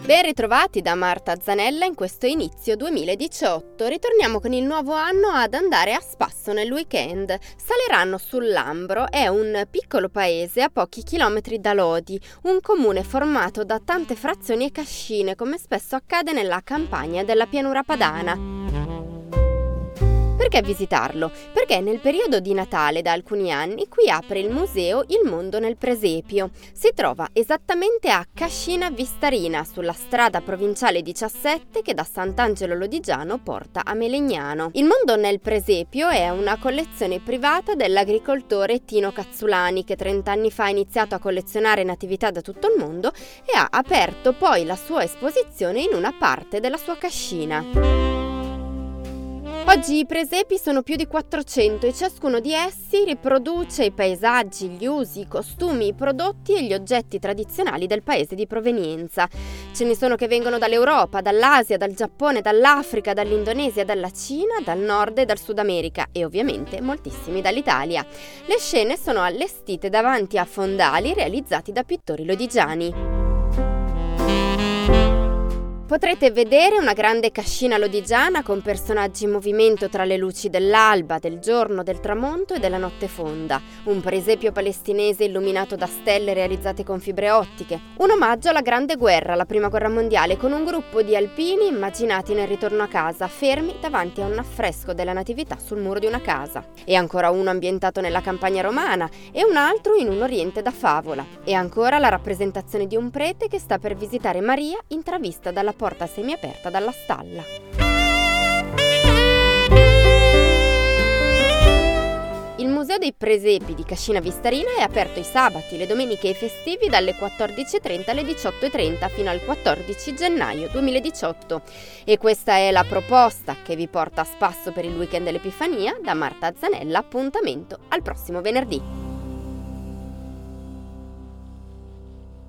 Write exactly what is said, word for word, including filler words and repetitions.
Ben ritrovati da Marta Zanella in questo inizio duemiladiciotto. Ritorniamo con il nuovo anno ad andare a spasso nel weekend. Saleranno sul Lambro è un piccolo paese a pochi chilometri da Lodi, un comune formato da tante frazioni e cascine, come spesso accade nella campagna della pianura padana. Perché visitarlo? Perché nel periodo di Natale da alcuni anni qui apre il museo Il Mondo nel Presepio. Si trova esattamente a Cascina Vistarina, sulla strada provinciale diciassette che da Sant'Angelo Lodigiano porta a Melegnano. Il Mondo nel Presepio è una collezione privata dell'agricoltore Tino Cazzulani, che trenta anni fa ha iniziato a collezionare natività da tutto il mondo e ha aperto poi la sua esposizione in una parte della sua cascina. Oggi i presepi sono più di quattrocento e ciascuno di essi riproduce i paesaggi, gli usi, i costumi, i prodotti e gli oggetti tradizionali del paese di provenienza. Ce ne sono che vengono dall'Europa, dall'Asia, dal Giappone, dall'Africa, dall'Indonesia, dalla Cina, dal Nord e dal Sud America e ovviamente moltissimi dall'Italia. Le scene sono allestite davanti a fondali realizzati da pittori lodigiani. Potrete vedere una grande cascina lodigiana con personaggi in movimento tra le luci dell'alba, del giorno, del tramonto e della notte fonda, un presepio palestinese illuminato da stelle realizzate con fibre ottiche, un omaggio alla Grande Guerra, la Prima Guerra Mondiale, con un gruppo di alpini immaginati nel ritorno a casa, fermi davanti a un affresco della Natività sul muro di una casa, e ancora uno ambientato nella campagna romana e un altro in un Oriente da favola, e ancora la rappresentazione di un prete che sta per visitare Maria intravista dalla porta semiaperta dalla stalla. Il Museo dei Presepi di Cascina Vistarina è aperto i sabati, le domeniche e i festivi dalle quattordici e trenta alle diciotto e trenta fino al quattordici gennaio duemiladiciotto. E questa è la proposta che vi porta a spasso per il weekend dell'Epifania. Da Marta Zanella, appuntamento al prossimo venerdì.